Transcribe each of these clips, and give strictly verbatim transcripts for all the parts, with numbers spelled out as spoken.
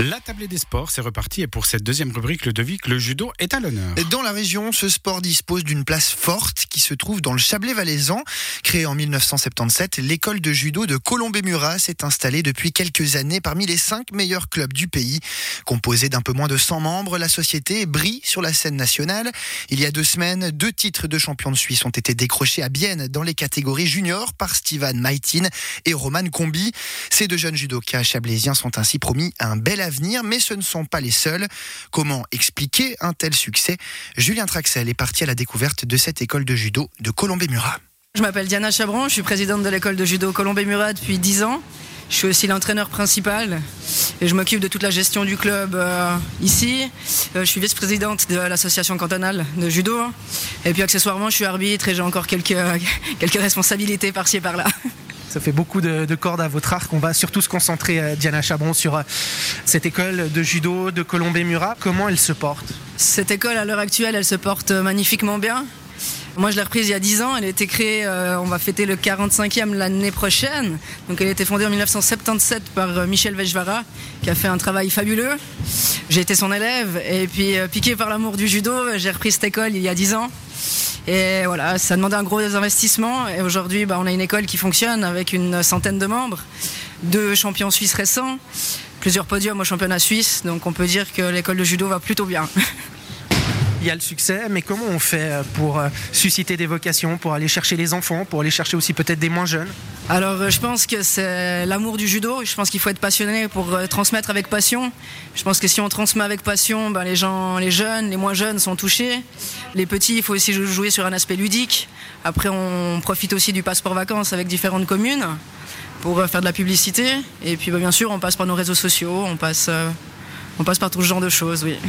La tablée des sports, c'est reparti et pour cette deuxième rubrique, le devis, le judo est à l'honneur. Dans la région, ce sport dispose d'une place forte qui se trouve dans le Chablais valaisan. Créée en dix-neuf cent soixante-dix-sept, l'école de judo de Colombey-Murat s'est installée depuis quelques années parmi les cinq meilleurs clubs du pays. Composée d'un peu moins de cent membres, la société brille sur la scène nationale. Il y a deux semaines, deux titres de champion de Suisse ont été décrochés à Bienne dans les catégories juniors par Steven Maitin et Roman Combi. Ces deux jeunes judokas chablaisiens sont ainsi promis à un bel avenir. Mais ce ne sont pas les seuls. Comment expliquer un tel succès ? Julien Traxel est parti à la découverte de cette école de judo de Colombey-Murat. Je m'appelle Diana Chabran, je suis présidente de l'école de judo Colombey-Murat depuis dix ans. Je suis aussi l'entraîneur principal et je m'occupe de toute la gestion du club euh, ici. Euh, je suis vice-présidente de l'association cantonale de judo. Et puis accessoirement, je suis arbitre et j'ai encore quelques, quelques responsabilités par-ci et par-là. Ça fait beaucoup de, de cordes à votre arc. On va surtout se concentrer, euh, Diana Chabron, sur euh, cette école de judo de Colombey-Murat. Comment elle se porte ? Cette école, à l'heure actuelle, elle se porte magnifiquement bien. Moi, je l'ai reprise il y a dix ans. Elle a été créée, euh, on va fêter le quarante-cinquième l'année prochaine. Donc, elle a été fondée en dix-neuf cent soixante-dix-sept par euh, Michel Vechvara, qui a fait un travail fabuleux. J'ai été son élève. Et puis, euh, piqué par l'amour du judo, j'ai repris cette école il y a dix ans. Et voilà, ça demandait un gros investissement. Et aujourd'hui, bah, on a une école qui fonctionne avec une centaine de membres, deux champions suisses récents, plusieurs podiums au championnat suisse. Donc on peut dire que l'école de judo va plutôt bien. Il y a le succès, mais comment on fait pour susciter des vocations, pour aller chercher les enfants, pour aller chercher aussi peut-être des moins jeunes ? Alors je pense que c'est l'amour du judo. Je pense qu'il faut être passionné pour transmettre avec passion. Je pense que si on transmet avec passion, ben les gens, les jeunes, les moins jeunes sont touchés. Les petits, il faut aussi jouer sur un aspect ludique. Après, on profite aussi du passeport vacances avec différentes communes pour faire de la publicité. Et puis ben, bien sûr, on passe par nos réseaux sociaux, on passe, on passe par tout ce genre de choses, oui.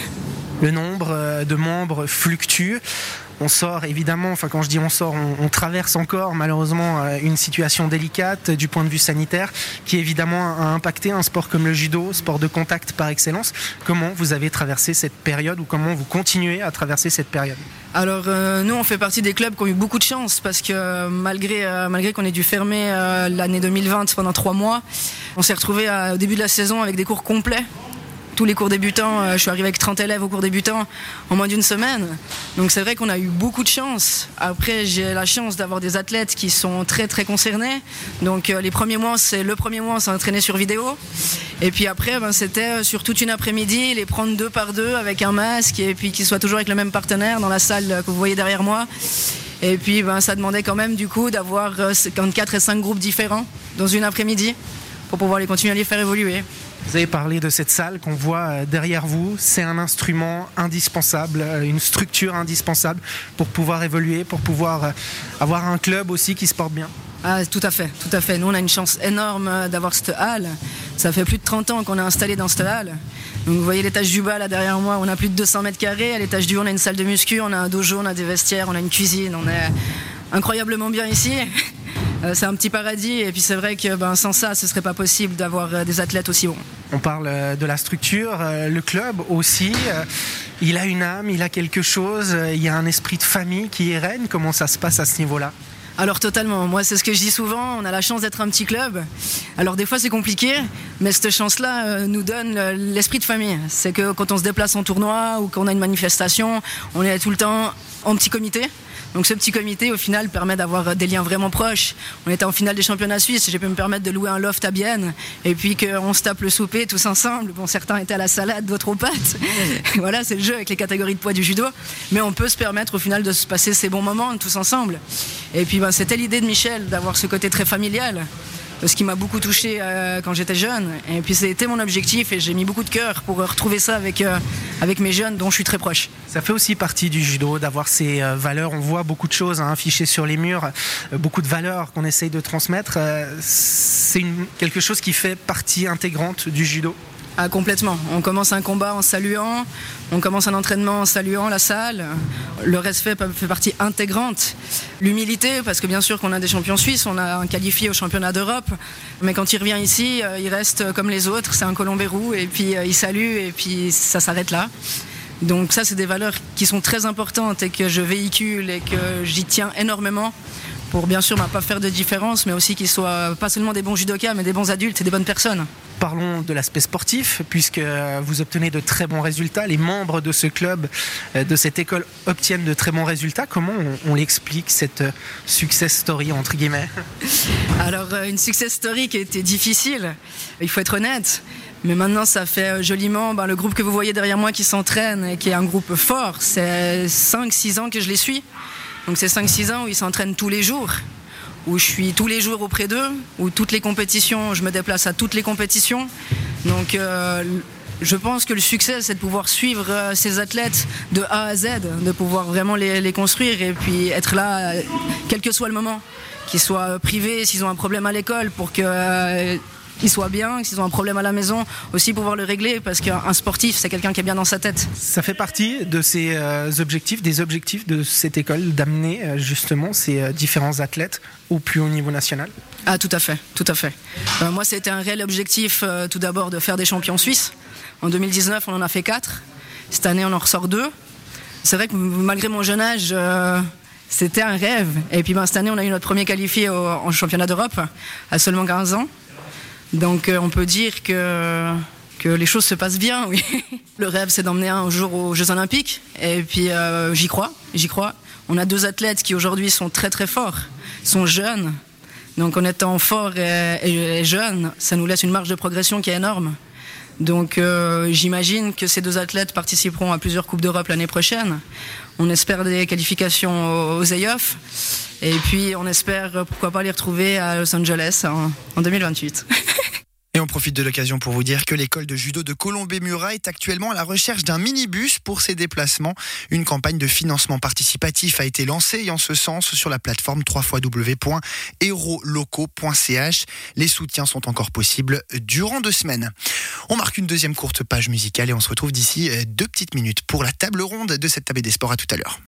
Le nombre de membres fluctue. On sort évidemment, enfin quand je dis on sort, on, on traverse encore malheureusement une situation délicate du point de vue sanitaire qui évidemment a impacté un sport comme le judo, sport de contact par excellence. Comment vous avez traversé cette période ou comment vous continuez à traverser cette période ? Alors euh, nous on fait partie des clubs qui ont eu beaucoup de chance parce que euh, malgré, euh, malgré qu'on ait dû fermer euh, l'année deux mille vingt pendant trois mois, on s'est retrouvés au début de la saison avec des cours complets. Tous les cours débutants, euh, je suis arrivé avec trente élèves au cours débutants en moins d'une semaine. Donc c'est vrai qu'on a eu beaucoup de chance. Après, j'ai la chance d'avoir des athlètes qui sont très très concernés. Donc euh, les premiers mois, c'est le premier mois, on s'est entraîné sur vidéo. Et puis après, ben, c'était sur toute une après-midi, les prendre deux par deux avec un masque et puis qu'ils soient toujours avec le même partenaire dans la salle que vous voyez derrière moi. Et puis ben, ça demandait quand même du coup d'avoir quatre et cinq groupes différents dans une après-midi pour pouvoir les continuer à les faire évoluer. Vous avez parlé de cette salle qu'on voit derrière vous. C'est un instrument indispensable, une structure indispensable pour pouvoir évoluer, pour pouvoir avoir un club aussi qui se porte bien. Ah, tout à fait, tout à fait. Nous, on a une chance énorme d'avoir cette halle. Ça fait plus de trente ans qu'on est installé dans cette halle. Donc, vous voyez l'étage du bas, là, derrière moi, on a plus de deux cents mètres carrés. À l'étage du haut, on a une salle de muscu, on a un dojo, on a des vestiaires, on a une cuisine. On est incroyablement bien ici. C'est un petit paradis et puis c'est vrai que ben, sans ça, ce ne serait pas possible d'avoir des athlètes aussi bons. On parle de la structure, le club aussi, il a une âme, il a quelque chose, il y a un esprit de famille qui y règne. Comment ça se passe à ce niveau-là ? Alors totalement, moi c'est ce que je dis souvent, on a la chance d'être un petit club. Alors des fois c'est compliqué, mais cette chance-là euh, nous donne l'esprit de famille. C'est que quand on se déplace en tournoi ou qu'on a une manifestation, on est tout le temps en petit comité. Donc ce petit comité au final permet d'avoir des liens vraiment proches. On était en finale des championnats suisses, j'ai pu me permettre de louer un loft à Bienne et puis qu'on se tape le souper tous ensemble. Bon, certains étaient à la salade, d'autres aux pâtes. Voilà, c'est le jeu avec les catégories de poids du judo. Mais on peut se permettre au final de se passer ces bons moments tous ensemble. Et puis ben, c'était l'idée de Michel d'avoir ce côté très familial. Ce qui m'a beaucoup touché euh, quand j'étais jeune. Et puis c'était mon objectif et j'ai mis beaucoup de cœur pour retrouver ça avec, euh, avec mes jeunes dont je suis très proche. Ça fait aussi partie du judo d'avoir ces euh, valeurs. On voit beaucoup de choses hein, affichées sur les murs, euh, beaucoup de valeurs qu'on essaye de transmettre. Euh, c'est une, quelque chose qui fait partie intégrante du judo. Ah, complètement. On commence un combat en saluant, on commence un entraînement en saluant la salle. Le respect fait partie intégrante. L'humilité, parce que bien sûr qu'on a des champions suisses, on a un qualifié au championnat d'Europe, mais quand il revient ici, il reste comme les autres, c'est un Colombey roux, et puis il salue, et puis ça s'arrête là. Donc ça, c'est des valeurs qui sont très importantes et que je véhicule et que j'y tiens énormément pour bien sûr bah, pas faire de différence, mais aussi qu'ils soient pas seulement des bons judokas, mais des bons adultes et des bonnes personnes. Parlons de l'aspect sportif, puisque vous obtenez de très bons résultats. Les membres de ce club, de cette école, obtiennent de très bons résultats. Comment on, on l'explique, cette success story, entre guillemets ? Alors, une success story qui a été difficile, il faut être honnête. Mais maintenant, ça fait joliment ben, le groupe que vous voyez derrière moi qui s'entraîne et qui est un groupe fort. C'est cinq six ans que je les suis. Donc, c'est cinq six ans où ils s'entraînent tous les jours, où je suis tous les jours auprès d'eux, où toutes les compétitions, je me déplace à toutes les compétitions. Donc euh, je pense que le succès, c'est de pouvoir suivre euh, ces athlètes de A à Z, de pouvoir vraiment les, les construire et puis être là, euh, quel que soit le moment, qu'ils soient privés, s'ils ont un problème à l'école, pour que... Euh, ils soient bien, s'ils ont un problème à la maison, aussi pouvoir le régler, parce qu'un sportif, c'est quelqu'un qui est bien dans sa tête. Ça fait partie de ces euh, objectifs, des objectifs de cette école, d'amener euh, justement ces euh, différents athlètes au plus haut niveau national ? Ah, tout à fait, tout à fait. Euh, moi, c'était un réel objectif, euh, tout d'abord, de faire des champions suisses. En deux mille dix-neuf, on en a fait quatre. Cette année, on en ressort deux. C'est vrai que malgré mon jeune âge... Euh, c'était un rêve. Et puis ben, cette année, on a eu notre premier qualifié au, en championnat d'Europe, à seulement quinze ans. Donc euh, on peut dire que, que les choses se passent bien, oui. Le rêve, c'est d'emmener un jour aux Jeux Olympiques. Et puis euh, j'y crois, j'y crois. On a deux athlètes qui aujourd'hui sont très très forts, sont jeunes. Donc en étant forts et, et, et jeunes, ça nous laisse une marge de progression qui est énorme. Donc euh, j'imagine que ces deux athlètes participeront à plusieurs Coupes d'Europe l'année prochaine. On espère des qualifications aux A I O F. Et puis on espère pourquoi pas les retrouver à Los Angeles en, en deux mille vingt-huit. Et on profite de l'occasion pour vous dire que l'école de judo de Colombey-Murat est actuellement à la recherche d'un minibus pour ses déplacements. Une campagne de financement participatif a été lancée et en ce sens sur la plateforme w w w point héros-locaux point c h. Les soutiens sont encore possibles durant deux semaines. On marque une deuxième courte page musicale et on se retrouve d'ici deux petites minutes pour la table ronde de cette table des sports. À tout à l'heure.